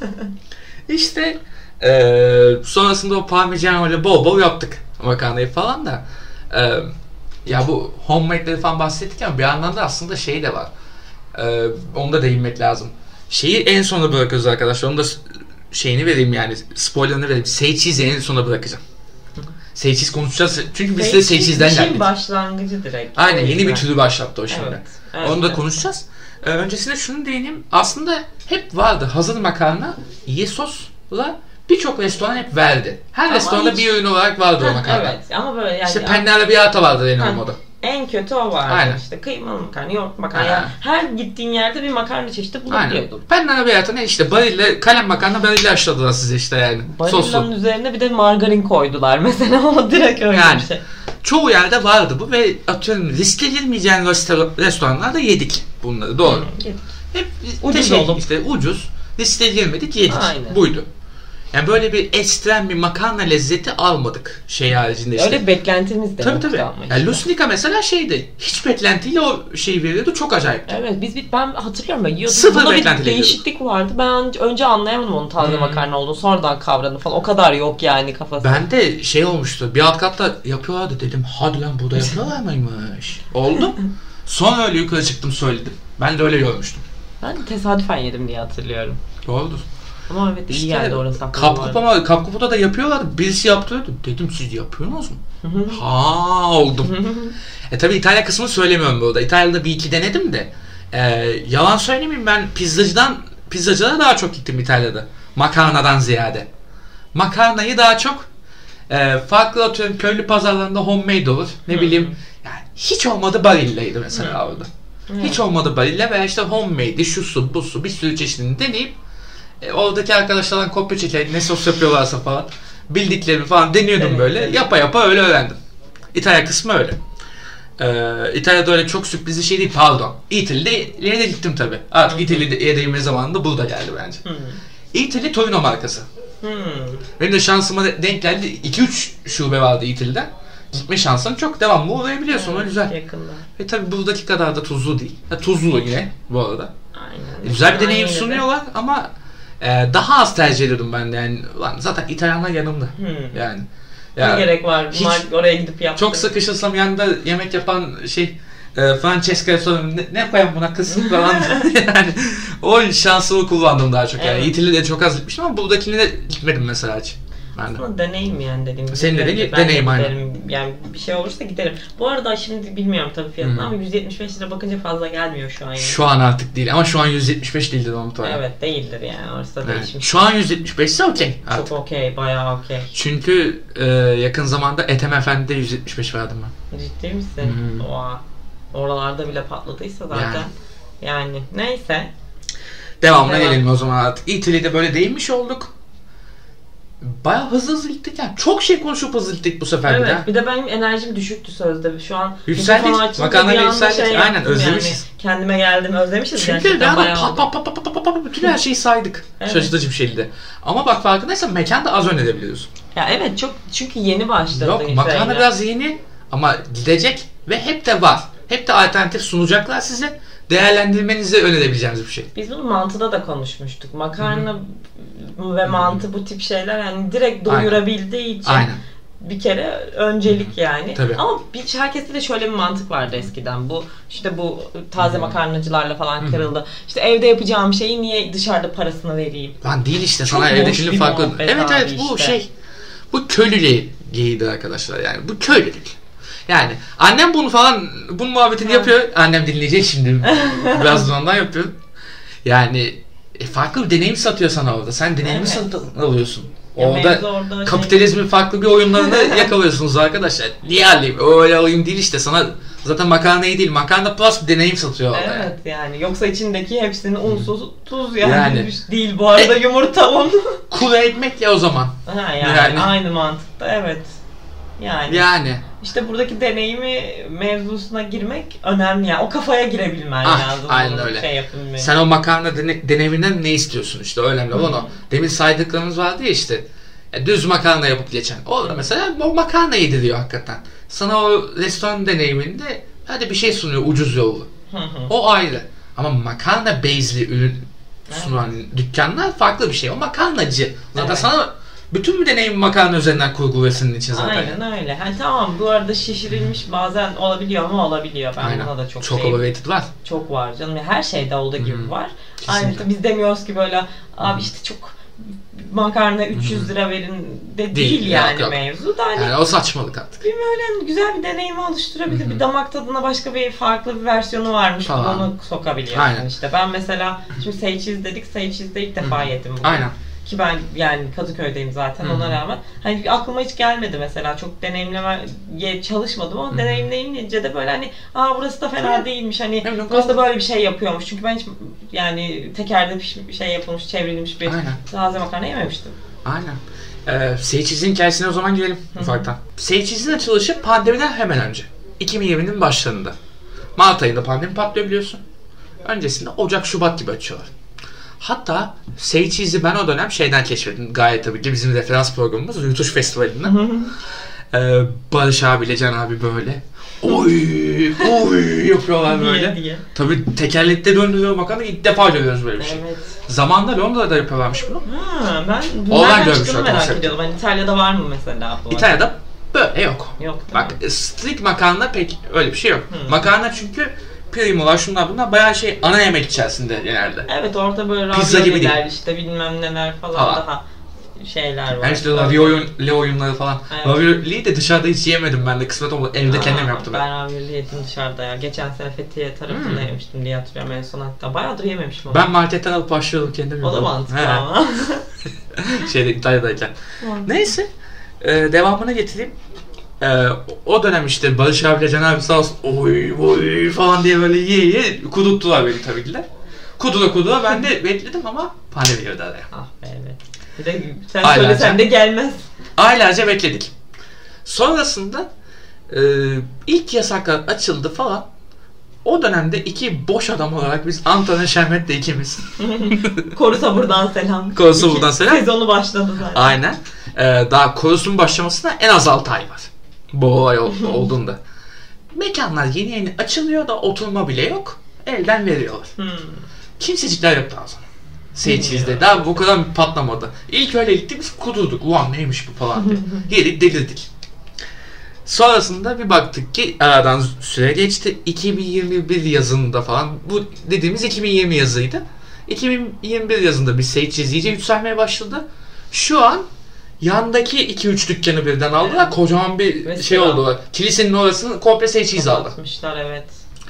Speaker 1: İşte eee sonrasında o parmigiano ile bol bol yaptık makarnayı falan da. Eee ya bu homemade'leri falan bahsettik ama bir yandan da aslında şey de var. Eee onu da değinmek lazım. Şeyi en sona bırakıyoruz arkadaşlar. Onu da s- şeyini vereyim yani. Spoilerını vereyim. Say cheese'i en sona bırakacağım. Say cheese konuşacağız. Çünkü biz de say cheese'den
Speaker 2: İşin
Speaker 1: geldik.
Speaker 2: başlangıcı direkt.
Speaker 1: Aynen,
Speaker 2: O
Speaker 1: yeni bir
Speaker 2: yüzden.
Speaker 1: türü başlattı o şimdi.
Speaker 2: Evet, evet,
Speaker 1: Onu da
Speaker 2: evet.
Speaker 1: konuşacağız. Ee, öncesinde şunu değineyim. Aslında hep vardı. Hazır makarna, iyi sosla birçok restoran hep verdi. Her
Speaker 2: Ama
Speaker 1: restoranda
Speaker 2: hiç-
Speaker 1: bir ürün olarak vardı o
Speaker 2: Ha,
Speaker 1: makarna.
Speaker 2: evet ama böyle yani.
Speaker 1: İşte penne arrabbiata vardı benim
Speaker 2: Ha.
Speaker 1: moda.
Speaker 2: En kötü o vardı
Speaker 1: Aynen.
Speaker 2: işte. Kıymalı makarna, yoğurt makarna.
Speaker 1: Ha.
Speaker 2: Yani her gittiğin yerde bir makarna çeşidi
Speaker 1: Aynen.
Speaker 2: bulabiliyordun.
Speaker 1: Penne arrabbiata ne işte barille, kalem makarna barille haşladılar size işte yani.
Speaker 2: Barillanın
Speaker 1: Soslu.
Speaker 2: üzerine bir de margarin koydular mesela, o direkt öyle
Speaker 1: Yani.
Speaker 2: bir şey.
Speaker 1: Çoğu yerde vardı bu ve atıyorum riske girmeyeceğin restoran, restoranlarda yedik bunları doğru.
Speaker 2: Hı, yedik.
Speaker 1: Hep
Speaker 2: ucuz
Speaker 1: şey,
Speaker 2: olup.
Speaker 1: işte ucuz. Listeye girmedik, yedik.
Speaker 2: Aynen.
Speaker 1: Buydu. Yani böyle bir ekstrem bir makarna lezzeti almadık şey haricinde işte.
Speaker 2: Öyle bir beklentimiz de
Speaker 1: tabii,
Speaker 2: yoktu
Speaker 1: tabii.
Speaker 2: ama işte.
Speaker 1: Yani Lusinica mesela şeydi. Hiç beklentiyle o şeyi veriyordu. Çok acayipti.
Speaker 2: Evet, biz bir, ben hatırlıyorum ben yiyordum.
Speaker 1: Sıfır
Speaker 2: Bunda bir
Speaker 1: beklentiyle
Speaker 2: değişiklik vardı. Ben önce anlayamadım onun taze
Speaker 1: Hmm.
Speaker 2: makarna olduğunu. Sonradan kavradım falan. O kadar yok yani kafası.
Speaker 1: Ben de şey olmuştu. Bir alt katta yapıyorlardı dedim. Hadi lan burada yapıyorlar mıymış? Oldu. Sonra öyle yukarı çıktım söyledim. Ben de öyle görmüştüm.
Speaker 2: Ben de tesadüfen yedim diye hatırlıyorum.
Speaker 1: Doğrudur.
Speaker 2: Ama evet iyi
Speaker 1: İşte
Speaker 2: geldi orası.
Speaker 1: Kapkupa'ma, Kapkupa'da da yapıyorlardı. Birisi yaptırıyordu. Dedim siz yapıyorsunuz mu? Ha oldum. e tabi İtalya kısmını söylemiyorum burada. İtalya'da bir iki denedim de. E, yalan söylemeyeyim, ben pizzacıdan pizzacılara daha çok gittim İtalya'da. Makarnadan ziyade. Makarnayı daha çok e, farklı atıyorum köylü pazarlarında homemade olur. Ne bileyim yani hiç olmadı Barilla'ydı mesela orada. Hiç olmadı Barilla veya işte homemade'i, şu su, bu su, bir sürü çeşidini deneyip e, oradaki arkadaşlardan kopya çekerek ne sos yapıyorlarsa falan bildiklerimi falan deniyordum evet, böyle. Evet. Yapa yapa öyle öğrendim. İtalya kısmı öyle. Ee, İtalya'da öyle çok sürprizli şey değil, pardon. İtalya'da de gittim tabi. Artık İtalya'da yediğimiz zamanında burada geldi bence. Hmm. İtalya Torino markası. Hmm. Benim de şansıma denk geldi. iki üç şube vardı İtalya'da. Gitme şansın çok, devamlı uğrayabiliyorsun, evet, o güzel.
Speaker 2: Yakında.
Speaker 1: Ve tabi buradaki kadar da tuzlu değil. Ya, tuzlu yine bu arada.
Speaker 2: Aynen.
Speaker 1: Güzel bir deneyim sunuyorlar ama e, daha az tercih ediyordum ben de yani. Lan zaten İtalyanlar yanımda. Hmm. Yani.
Speaker 2: Ya, ne gerek var? Hiç, oraya gidip yaptım.
Speaker 1: Çok sıkışırsam yanında yemek yapan şey e, Francesca'ya sorayım, ne, ne yapayım buna kız falan. Yani o şansımı kullandım daha çok. Evet. Yani İtalya'da çok az gitmiştim ama buradakine de gitmedim mesela hiç.
Speaker 2: Aslında deneyim yani dediğim gibi.
Speaker 1: Senin de deneyim aynen.
Speaker 2: Yani bir şey olursa giderim. Bu arada şimdi bilmiyorum tabii fiyatını hmm. ama yüz yetmiş beş lira bakınca fazla gelmiyor şu an yani.
Speaker 1: Şu an artık değil ama şu an yüz yetmiş beş değildir o muhtemelen.
Speaker 2: Evet değildir yani, orası da evet. Değişmiş.
Speaker 1: Şu an yüz yetmiş beş ise okey.
Speaker 2: Çok okey, bayağı okey.
Speaker 1: Çünkü e, yakın zamanda Ethem Efendi'de yüz yetmiş beş verdim ben.
Speaker 2: Ciddi misin? Hmm. Oha. Oralarda bile patladıysa zaten. Yani, yani neyse.
Speaker 1: Devamına Devam. gelelim o zaman artık. İtalya'da böyle değinmiş olduk. Bayağı hızlı hızlı gittik yani. Çok şey konuşup hızlı gittik bu sefer.
Speaker 2: Evet.
Speaker 1: Bir, daha.
Speaker 2: bir de benim enerjim düşüktü sözde. Şu an
Speaker 1: yükseldik. Makarnayla yükseldik. Şey aynen özlemişiz.
Speaker 2: Yani. Kendime geldim, özlemişiz.
Speaker 1: Çünkü ben pat pat pat pat pat pat bütün her şeyi saydık. Evet. Şaşırtıcı bir şekilde. Ama bak farkındaysan mekan da az önerebiliyorsun.
Speaker 2: Ya evet çok, çünkü yeni başladı.
Speaker 1: Yok makarna şeyler. Biraz yeni ama gidecek ve hep de var. Hep de alternatif sunacaklar size. Değerlendirmenizi önerebileceğimiz bir şey.
Speaker 2: Biz bunu mantıda da konuşmuştuk. Makarna Hı-hı. ve mantı bu tip şeyler yani direkt doyurabildiği Aynen. için Aynen. bir kere öncelik Hı-hı. yani.
Speaker 1: Tabii.
Speaker 2: Ama bir, herkeste de şöyle bir mantık vardı eskiden. Bu işte bu taze Hı-hı. makarnacılarla falan Hı-hı. kırıldı. İşte evde yapacağım şeyi niye dışarıda parasını vereyim?
Speaker 1: Lan değil işte sana evde şimdi farklı. Evet evet bu işte. şey bu köylülüğü giydi arkadaşlar yani bu köylülük. Yani annem bunu falan bunun muhabbetini ha. yapıyor. Annem dinleyecek şimdi. Biraz ondan yapıyor. Yani e, farklı bir deneyim satıyor sana orada. Sen deneyimi evet. satın alıyorsun. Ya orada, orada kapitalizmin şey... farklı bir oyunlarını yakalıyorsunuz arkadaşlar. Niye alayım? Öyle alayım değil işte. Sana zaten makarnayı değil, makarna plus bir deneyim satıyor orada.
Speaker 2: Evet yani. yani. Yoksa içindeki hepsinin unsuz tuz yani, yani. değil bu arada e, yumurta un.
Speaker 1: Kuru ekmek ya o zaman.
Speaker 2: Ha yani, yani. aynı mantıkta evet. Yani.
Speaker 1: Yani.
Speaker 2: İşte buradaki deneyimi mevzusuna girmek önemli yani. O kafaya girebilmen
Speaker 1: ah,
Speaker 2: lazım.
Speaker 1: Aynen öyle.
Speaker 2: Şey
Speaker 1: Sen o makarna dene- deneyiminden ne istiyorsun işte önemli olan o. Demin saydıklarımız vardı ya işte. Ya, düz makarna yapıp geçen. O da mesela o makarna yediriyor hakikaten. Sana o restoran deneyiminde hadi bir şey sunuyor ucuz yolu. O ayrı. Ama makarna base'li ürün sunan evet. dükkanlar farklı bir şey. O makarnacı. Zaten evet. sana bütün bir deneyim makarna üzerinden kurguluyor senin için zaten.
Speaker 2: Aynen öyle. Yani tamam bu arada şişirilmiş bazen olabiliyor ama olabiliyor. Ben Aynen. buna da çok
Speaker 1: Çok
Speaker 2: şey,
Speaker 1: overrated var.
Speaker 2: Çok var canım. Her şeyde olduğu gibi hmm. var. Aynı biz demiyoruz ki böyle abi işte çok makarna üç yüz lira verin de değil, değil yani yok, yok. mevzu da hani
Speaker 1: yani o saçmalık artık.
Speaker 2: Bir böyle güzel bir deneyim oluşturabilir. Bir damak tadına başka bir farklı bir versiyonu varmış. Tamam. Onu sokabiliyorsun Aynen. işte. Ben mesela şimdi say cheese dedik. Say cheese'de ilk defa Hı-hı. yedim bugün.
Speaker 1: Aynen.
Speaker 2: Ki ben yani Kadıköy'deyim zaten Hı-hı. ona rağmen. Hani aklıma hiç gelmedi mesela. Çok deneyimlemeye çalışmadım ama Hı-hı. deneyimleyince de böyle hani aa burası da fena Hı-hı. değilmiş. Hani Hı-hı. burası da böyle bir şey yapıyormuş. Çünkü ben hiç yani tekerde bir şey yapılmış, çevrilmiş bir Aynen. taze makarna yememiştim.
Speaker 1: Aynen. Ee, Say cheese'in hikayesine o zaman girelim Hı-hı. ufaktan. Say cheese'in açılışı pandemiden hemen önce. iki bin yirminin başlarında. Mart ayında pandemi patlıyor biliyorsun. öncesinde Ocak Şubat gibi açıyorlar. Hatta Say Cheese'i ben o dönem şeyden keşfettim. Gayet tabii ki bizim referans programımız Yutuş Festivali'nden. ee, Barış abiyle Can abi böyle oy oy yapıyorlar böyle. Diye, diye. Tabii tekerlekte döndürüyor makarna, ilk defa görüyoruz böyle bir şey. Evet. Zamanında Londra'da yapıyorlarmış bunu.
Speaker 2: Ha, ben nereden çıktığını merak ediyorum. Hani İtalya'da var mı mesela bu?
Speaker 1: İtalya'da böyle yok.
Speaker 2: Yok.
Speaker 1: Bak street makarna pek öyle bir şey yok. Hmm. Makarna çünkü primolar şunlar bunlar bayağı şey ana yemek içerisinde genelde.
Speaker 2: Evet, orada böyle ravioliler işte bilmem neler falan, falan. Daha şeyler var.
Speaker 1: Yani işte ravioli oyunları falan. Evet. Ravioli'yi de dışarıda hiç yemedim ben de, kısmet oldu. Evde Aa, kendim yaptım.
Speaker 2: Ben ravioli yedim dışarıda ya. Geçen sene Fethiye tarafında hmm. yemiştim diye hatırlıyorum en son hatta. Bayağıdır yememişim ama.
Speaker 1: Ben marketten alıp başlıyordum kendim.
Speaker 2: O da mantıklı ama.
Speaker 1: Şeyde İtalya'dayken. Neyse. Ee, devamını getireyim. Ee, o dönem işte Barış abiyle Can abi sağ olsun oy oy falan diye böyle ye ye kuduttular beni tabii ki de. Kudura kudura ben de bekledim ama pandemi girdi araya.
Speaker 2: Ah be evet. Bir de sen aylarca, söylesen de gelmez.
Speaker 1: Aylarca bekledik. Sonrasında e, ilk yasaklar açıldı falan. O dönemde iki boş adam olarak biz Antalya Şermet'le ikimiz.
Speaker 2: Korusa buradan selam.
Speaker 1: Korusa buradan selam.
Speaker 2: Sezonu başladı zaten.
Speaker 1: Aynen. Ee, daha Korus'un başlamasına en az altı ay var. Bu olay olduğunda. Mekanlar yeni yeni açılıyor da oturma bile yok. Elden veriyorlar. Hmm. Kimsecikler yoktu o zaman. Seyircizde. Daha bu kadar patlamadı. İlk öyle gittik biz kudurduk. Ulan neymiş bu falan diye. Yedik delirdik. Sonrasında bir baktık ki aradan süre geçti. iki bin yirmi bir yazında falan. Bu dediğimiz iki bin yirmi yazıydı. iki bin yirmi bir yazında bir seyirciz iyice yükselmeye başladı. Şu an yandaki iki üç dükkanı birden aldılar. Evet. Kocaman bir mesela şey oldu. Kilisenin orasını komple seyirciz aldı.
Speaker 2: Kapatmışlar evet.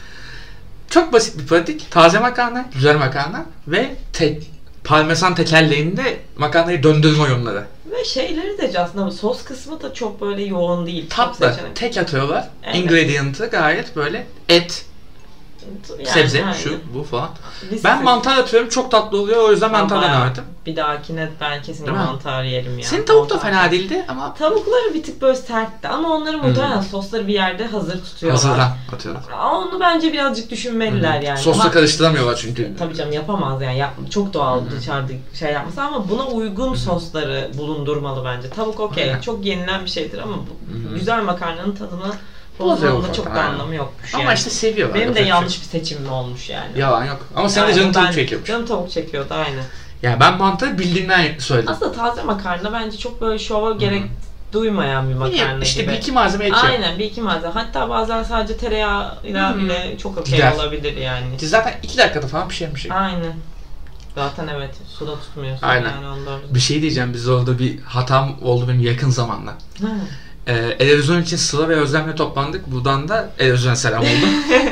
Speaker 1: Çok basit bir pratik. Taze makarna, güzel makarna ve te- parmesan tekerleğinde makarnayı döndürme oyunları.
Speaker 2: Ve şeyleri de aslında sos kısmı da çok böyle yoğun değil.
Speaker 1: Tatlı. Tek atıyorlar. Evet. Ingredient'ı gayet böyle et, yani, sebze, yani. Şu, bu falan. Liste ben mantar atıyorum. Çok tatlı oluyor. O yüzden mantardan verdim.
Speaker 2: Bir dahakine ben kesin mantar yerim ya.
Speaker 1: Senin tavuk da fena değildi ama...
Speaker 2: Tavukları bir tık böyle sertti ama onları muhtemelen hmm. sosları bir yerde hazır tutuyorlar.
Speaker 1: Hazırdan atıyorlar.
Speaker 2: Ama onu bence birazcık düşünmeliler hmm. yani.
Speaker 1: Sosla ama karıştıramıyorlar çünkü.
Speaker 2: Tabii canım yapamaz yani. Yap, çok doğal hmm. dışarıda şey yapması ama buna uygun hmm. sosları bulundurmalı bence. Tavuk okey. Hmm. Çok yenilen bir şeydir ama bu, hmm. güzel makarnanın tadını bozulduğunda çok da anlamı yokmuş
Speaker 1: ama
Speaker 2: yani.
Speaker 1: işte seviyorlar.
Speaker 2: Benim de yanlış bir seçimim olmuş yani.
Speaker 1: Yalan yok. Ama senin yani de canın tavuk çekiyormuş.
Speaker 2: Canım tavuk çekiyordu aynı.
Speaker 1: Yani ben mantarı bildiğimden söyledim.
Speaker 2: Aslında taze makarna bence çok böyle şova hmm. gerek duymayan bir makarna
Speaker 1: İyi, işte
Speaker 2: gibi.
Speaker 1: bir iki malzeme yetiyor.
Speaker 2: Aynen bir iki malzeme. Hatta bazen sadece tereyağıyla hmm. bile çok okey olabilir yani.
Speaker 1: Ki zaten iki dakikada falan pişirmiş.
Speaker 2: Aynen. Zaten evet suda tutmuyorsun
Speaker 1: aynen.
Speaker 2: Yani ondan.
Speaker 1: Bir şey diyeceğim, biz orada bir hatam oldu benim yakın zamanda. Hmm. Ee, Erevizyon için Sıla ve Özlem'le toplandık. Buradan da Erevizyon'a selam oldu.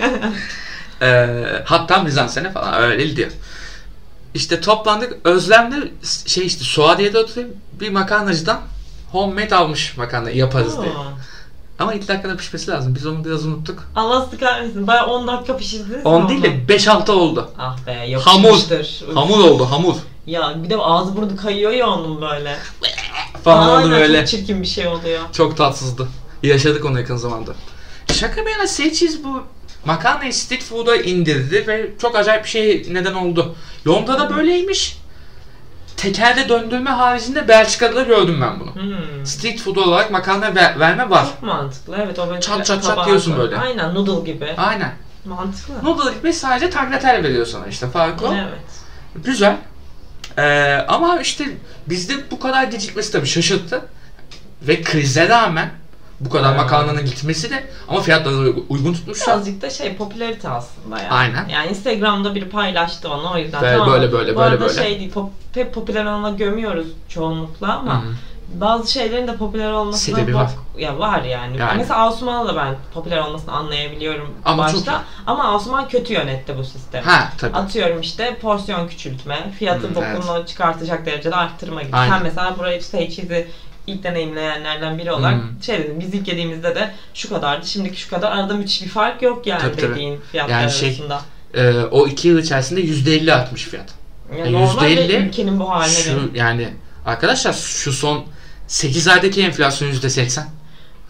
Speaker 1: ee, hatta mizansene falan öyle diyor. İşte toplandık. Özlem'le şey işte Suadiye'de oturuyor. Bir makarnacıdan homemade almış makarna yaparız diye. Ama iki dakikada pişmesi lazım. Biz onu biraz unuttuk.
Speaker 2: Allah sıkılmasın. Bayağı on dakika pişirdiniz.
Speaker 1: on değil de beş altı oldu.
Speaker 2: Ah be yapışmıştır.
Speaker 1: Hamur. Hamur oldu hamur.
Speaker 2: Ya bir de ağzı burnu kayıyor ya onun böyle.
Speaker 1: Falan oldu böyle.
Speaker 2: Çok çirkin bir şey oluyor.
Speaker 1: Çok tatsızdı. Yaşadık onu yakın zamanda. Şaka bir yana Seyçiz bu makarnayı street food'a indirdi ve çok acayip bir şey neden oldu. Londra'da hmm. böyleymiş. Tekerde döndürme haricinde Belçika'da da gördüm ben bunu. Hmm. Street food olarak makarna ver, verme var.
Speaker 2: Çok mantıklı evet. O böyle
Speaker 1: çat çat çat diyorsun böyle.
Speaker 2: Aynen noodle gibi.
Speaker 1: Aynen.
Speaker 2: Mantıklı.
Speaker 1: Noodle gibi sadece tagliatelle veriyor sana işte farkı o.
Speaker 2: Evet.
Speaker 1: Güzel. Ee, ama işte bizde bu kadar gecikmesi tabii şaşırttı. Ve krize rağmen bu kadar hmm. makarnanın gitmesi de ama fiyatları uygun tutmuşlar.
Speaker 2: Birazcık da şey popülarite aslında yani.
Speaker 1: Aynen.
Speaker 2: Yani Instagram'da biri paylaştı onu o yüzden.
Speaker 1: Böyle
Speaker 2: tamam.
Speaker 1: böyle böyle
Speaker 2: bu
Speaker 1: böyle
Speaker 2: arada
Speaker 1: böyle.
Speaker 2: şey değil, pop, hep popüler olana gömüyoruz çoğunlukla ama hmm. bazı şeylerin de popüler olmasına
Speaker 1: sebebi var.
Speaker 2: Ya var yani. yani. Mesela Asuman'la da ben popüler olmasını anlayabiliyorum
Speaker 1: ama
Speaker 2: başta.
Speaker 1: Çok...
Speaker 2: Ama Asuman kötü yönetti bu sistemi.
Speaker 1: Ha, tabii.
Speaker 2: Atıyorum işte porsiyon küçültme, fiyatı hmm, bokunu evet. çıkartacak derecede arttırma gibi.
Speaker 1: Aynen.
Speaker 2: Sen mesela burayı işte cheese'i ilk deneyimleyenlerden biri olarak hmm. şey dedim, biz ilk yediğimizde de şu kadardı, şimdiki şu kadar, arada müthiş bir fark yok yani tabii, dediğin tabii. fiyatlar yani arasında.
Speaker 1: Şey, e, o iki yıl içerisinde yüzde elli artmış fiyat.
Speaker 2: Yani normal yüzde elli, ülkenin bu haline
Speaker 1: şu, yani arkadaşlar şu son sekiz aydaki enflasyon yüzde seksen.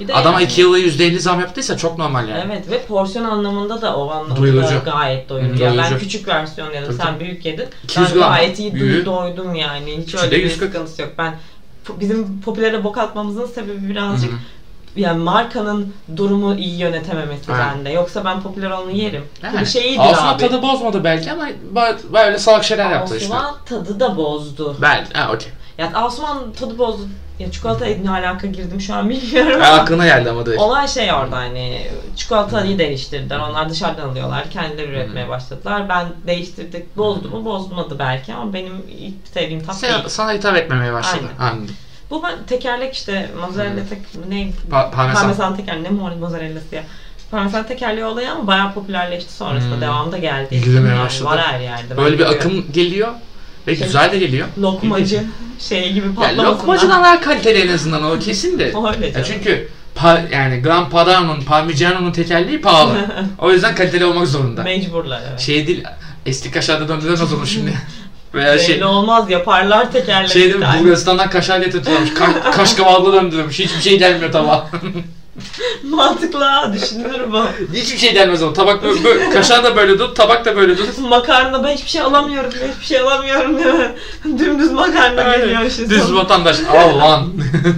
Speaker 2: Bir de
Speaker 1: Adama
Speaker 2: yani,
Speaker 1: iki yıla yüzde elli zam yaptıysa çok normal yani.
Speaker 2: Evet ve porsiyon anlamında da o anlamda
Speaker 1: Doyurucu.
Speaker 2: gayet doyurucu.
Speaker 1: Hı,
Speaker 2: Yani ben
Speaker 1: doyurucu.
Speaker 2: küçük versiyon yedim,
Speaker 1: Tabii
Speaker 2: sen
Speaker 1: tabii.
Speaker 2: büyük yedin.
Speaker 1: iki yüz
Speaker 2: Ben
Speaker 1: gram
Speaker 2: gayet iyi
Speaker 1: büyüğü.
Speaker 2: doydum yani. Hiç
Speaker 1: Küçüğü
Speaker 2: öyle
Speaker 1: de
Speaker 2: bir
Speaker 1: yüz kırk.
Speaker 2: sıkıntısı yok. Ben bizim popülere bok atmamızın sebebi birazcık
Speaker 1: Hı hı.
Speaker 2: yani markanın durumu iyi yönetememesi
Speaker 1: Aynen.
Speaker 2: bende. Yoksa ben popüler onu yerim.
Speaker 1: Yani,
Speaker 2: Bir şey iyidir
Speaker 1: Asuman
Speaker 2: abi.
Speaker 1: tadı bozmadı belki ama ba- böyle salak şeyler yaptı işte.
Speaker 2: Asuman tadı da bozdu.
Speaker 1: Belki, ha okey.
Speaker 2: Ya Asuman tadı bozdu. Ya çikolata ne alaka girdim şu an bilmiyorum
Speaker 1: Ha,
Speaker 2: ama.
Speaker 1: aklına geldi ama direkt.
Speaker 2: Olay şey orada hani çikolatayı değiştirdiler. Onlar dışarıdan alıyorlar. Kendileri üretmeye başladılar. Ben değiştirdik. Bozdu mu? Bozmadı belki ama benim ilk sevdiğim tat değil.
Speaker 1: Sen, sana hitap etmemeye başladı.
Speaker 2: Aynen.
Speaker 1: Anladım.
Speaker 2: Bu ben tekerlek işte mozzarella tek ne?
Speaker 1: Pa- parmesan.
Speaker 2: Parmesan tekerleği. Ne mo- mozzarellası ya. Parmesan tekerleği olayı ama bayağı popülerleşti sonrasında.
Speaker 1: Hmm.
Speaker 2: Devamda geldi.
Speaker 1: Yürümeye
Speaker 2: Yani
Speaker 1: başladı.
Speaker 2: var her yerde.
Speaker 1: Böyle
Speaker 2: Ben
Speaker 1: bir
Speaker 2: görüyorum.
Speaker 1: akım geliyor ve
Speaker 2: Şey-
Speaker 1: güzel de geliyor.
Speaker 2: Lokmacı şey gibi
Speaker 1: Yani
Speaker 2: patlamasından.
Speaker 1: lokmacıdan daha kaliteli en azından o kesin de.
Speaker 2: Öyle
Speaker 1: Ya
Speaker 2: canım.
Speaker 1: çünkü pa- yani Gran Padano'nun, Parmigiano'nun tekerleği pahalı. O yüzden kaliteli olmak zorunda.
Speaker 2: Mecburlar evet.
Speaker 1: Şey değil, eski kaşarda döndüremez onu şimdi. Veya
Speaker 2: Belli
Speaker 1: şey,
Speaker 2: olmaz yaparlar tekerleği.
Speaker 1: şey değil mi, Bulgaristan'dan kaşar getirtiyormuş. Ka- kaşkavallı döndürüyormuş. Hiçbir şey gelmiyor tabağa.
Speaker 2: Mantıklı ha, düşünülür bu.
Speaker 1: Hiçbir şey gelmez o. Tabak böyle, böyle kaşar da böyle dur, tabak da böyle dur.
Speaker 2: Makarna ben hiçbir şey alamıyorum, ben hiçbir şey alamıyorum diyor. Dümdüz makarna geliyor işte.
Speaker 1: Düz
Speaker 2: sonra.
Speaker 1: vatandaş. Al lan.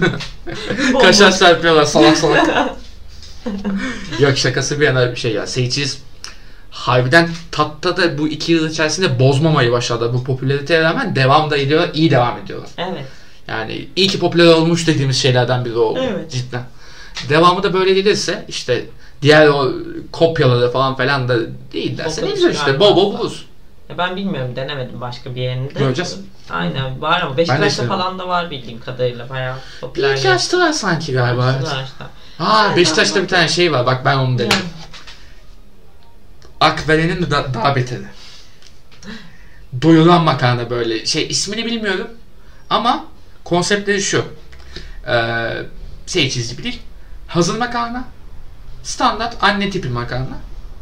Speaker 1: Kaşar serpiyorlar salak salak. Yok şakası bir yana bir şey ya. Seyirciyiz. Harbiden tatta da bu iki yıl içerisinde bozmamayı başladı. Bu popülariteye rağmen devam da ediyorlar. İyi devam ediyorlar.
Speaker 2: Evet.
Speaker 1: Yani iyi ki popüler olmuş dediğimiz şeylerden biri oldu.
Speaker 2: Evet.
Speaker 1: Cidden. Devamı da böyle gelirse işte diğer o kopyaları falan falan da değil derse ne güzel işte. Bol bol buluruz.
Speaker 2: Ya ben bilmiyorum, denemedim başka bir yerinde.
Speaker 1: Göreceğiz.
Speaker 2: Aynen var ama
Speaker 1: Ben de
Speaker 2: Beşiktaş'ta
Speaker 1: istedim.
Speaker 2: falan da var bildiğim kadarıyla bayağı
Speaker 1: Bir
Speaker 2: popüler.
Speaker 1: iki açtılar sanki galiba. Evet.
Speaker 2: Beşiktaş'ta.
Speaker 1: Ha Beşiktaş'ta bir tane şey var. Bak ben onu dedim. Akveren'in de da- daha beteri. Doyuran makarna böyle. Şey ismini bilmiyorum. Ama konseptleri şu. Ee, şey çizgi değil. Hazır makarna. Standart anne tipi makarna.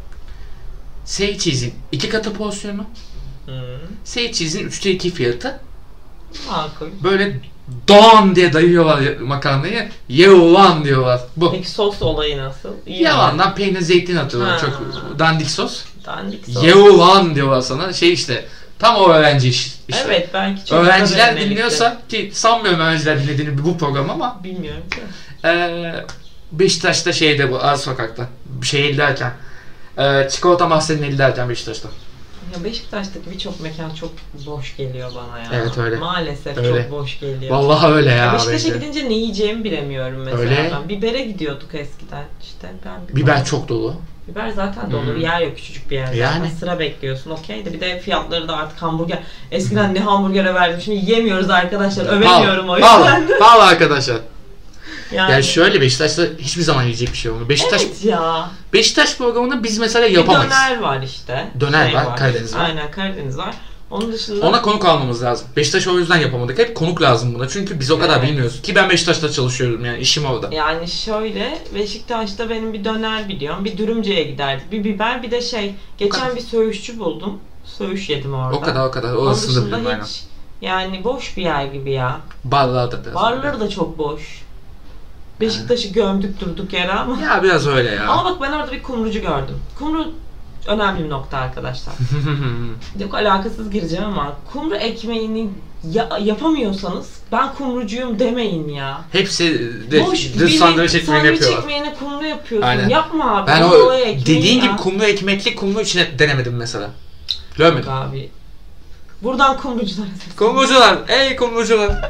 Speaker 1: Say cheese'in iki katı porsiyonu.
Speaker 2: Hmm.
Speaker 1: Say cheese'in üçte iki fiyatı.
Speaker 2: Makul.
Speaker 1: Böyle don diye dayıyorlar makarnayı. Ye ulan diyorlar. Bu.
Speaker 2: Peki sos olayı nasıl? İyi mi?
Speaker 1: Yalandan peynir zeytin atıyorlar.
Speaker 2: Ha.
Speaker 1: Çok dandik sos.
Speaker 2: Dandik sos.
Speaker 1: Ye ulan diyorlar sana. Şey işte. Tam o öğrenci iş. işte.
Speaker 2: Evet belki çok
Speaker 1: Öğrenciler dinliyorsa ki sanmıyorum öğrenciler dinlediğini bu program ama
Speaker 2: bilmiyorum ki.
Speaker 1: Ee, Beşiktaş'ta şeyde bu Az Sokak'ta şey derken e, çikolata mahzenini ederken Beşiktaş'ta.
Speaker 2: Ya Beşiktaş'taki birçok mekan çok boş geliyor bana ya.
Speaker 1: Evet, öyle.
Speaker 2: Maalesef
Speaker 1: Öyle.
Speaker 2: çok boş geliyor.
Speaker 1: Vallahi öyle ya.
Speaker 2: Ya Beşiktaş'a
Speaker 1: bence.
Speaker 2: gidince ne yiyeceğimi bilemiyorum mesela.
Speaker 1: Öyle.
Speaker 2: Ben bibere gidiyorduk eskiden işte. Ben
Speaker 1: Biber çok dolu.
Speaker 2: Biber zaten dolu.
Speaker 1: Hmm.
Speaker 2: Bir yer yok, küçücük bir yer zaten.
Speaker 1: Yani.
Speaker 2: Sıra bekliyorsun okey de bir de fiyatları da artık hamburger. Eskiden ne hamburgere verdim şimdi yemiyoruz arkadaşlar. Övemiyorum o yüzden.
Speaker 1: Pahalı. Pahalı arkadaşlar.
Speaker 2: Yani.
Speaker 1: Yani şöyle Beşiktaş'ta hiçbir zaman yiyecek bir şey olmuyor. Beşiktaş
Speaker 2: Evet ya.
Speaker 1: Beşiktaş programını biz mesela
Speaker 2: Bir
Speaker 1: yapamayız.
Speaker 2: döner var işte.
Speaker 1: Döner
Speaker 2: Şey
Speaker 1: var, Karadeniz var.
Speaker 2: Aynen Karadeniz var. Onun dışında
Speaker 1: Ona konuk almamız lazım. Beşiktaş o yüzden yapamadık. Hep konuk lazım buna. Çünkü biz o kadar
Speaker 2: Evet.
Speaker 1: bilmiyoruz. Ki ben Beşiktaş'ta çalışıyorum yani işim orada.
Speaker 2: yani şöyle Beşiktaş'ta benim bir döner biliyorum. Bir dürümcüye giderdik. Bir biber bir de şey. Geçen
Speaker 1: kadar.
Speaker 2: bir söğüşçü buldum. Söğüş yedim orada.
Speaker 1: O kadar o kadar.
Speaker 2: Onun
Speaker 1: Orasını da
Speaker 2: dışında
Speaker 1: biliyorum aynen.
Speaker 2: hiç yani boş bir yer gibi ya.
Speaker 1: Barlarda da.
Speaker 2: Barları da çok boş. Beşiktaş'ı gömdük durduk yere ama.
Speaker 1: Ya biraz öyle ya.
Speaker 2: Ama bak ben orada bir kumrucu gördüm. Kumru önemli bir nokta arkadaşlar. Yok alakasız gireceğim ama kumru ekmeğini ya- yapamıyorsanız ben kumrucuyum demeyin ya.
Speaker 1: Hepsi de
Speaker 2: Boş
Speaker 1: dış
Speaker 2: bildiğin
Speaker 1: sandviç ekmeğini
Speaker 2: sandviç
Speaker 1: yapıyorlar.
Speaker 2: ekmeğine kumru yapıyorsun.
Speaker 1: Aynen.
Speaker 2: Yapma abi.
Speaker 1: Ben
Speaker 2: kumru
Speaker 1: o
Speaker 2: olaya ekmeği
Speaker 1: dediğin
Speaker 2: ya.
Speaker 1: gibi kumru ekmekli kumru içine denemedim mesela. Görmedim.
Speaker 2: Abi. Buradan kumruculara ses.
Speaker 1: Kumrucular, ey kumrucular.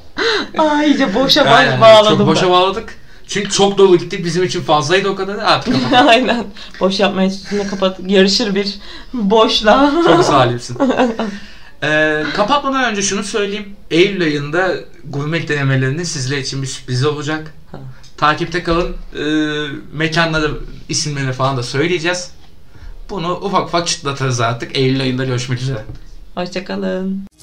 Speaker 2: Aa iyice boşa
Speaker 1: Aynen,
Speaker 2: bağladım
Speaker 1: çok boşa
Speaker 2: ben.
Speaker 1: bağladık. Çünkü çok dolu gittik bizim için fazlaydı o kadar artık kapatalım.
Speaker 2: Aynen. Boş yapma enstitüsüne kapat. Yarışır bir boşla.
Speaker 1: Çok zalimsin. Ee, kapatmadan önce şunu söyleyeyim. Eylül ayında gurme denemelerinin sizler için bir sürprizi olacak.
Speaker 2: Ha.
Speaker 1: Takipte kalın. Ee, mekanları, isimlerini falan da söyleyeceğiz. Bunu ufak ufak çıtlatırız artık. Eylül ayında görüşmek üzere.
Speaker 2: Hoşçakalın.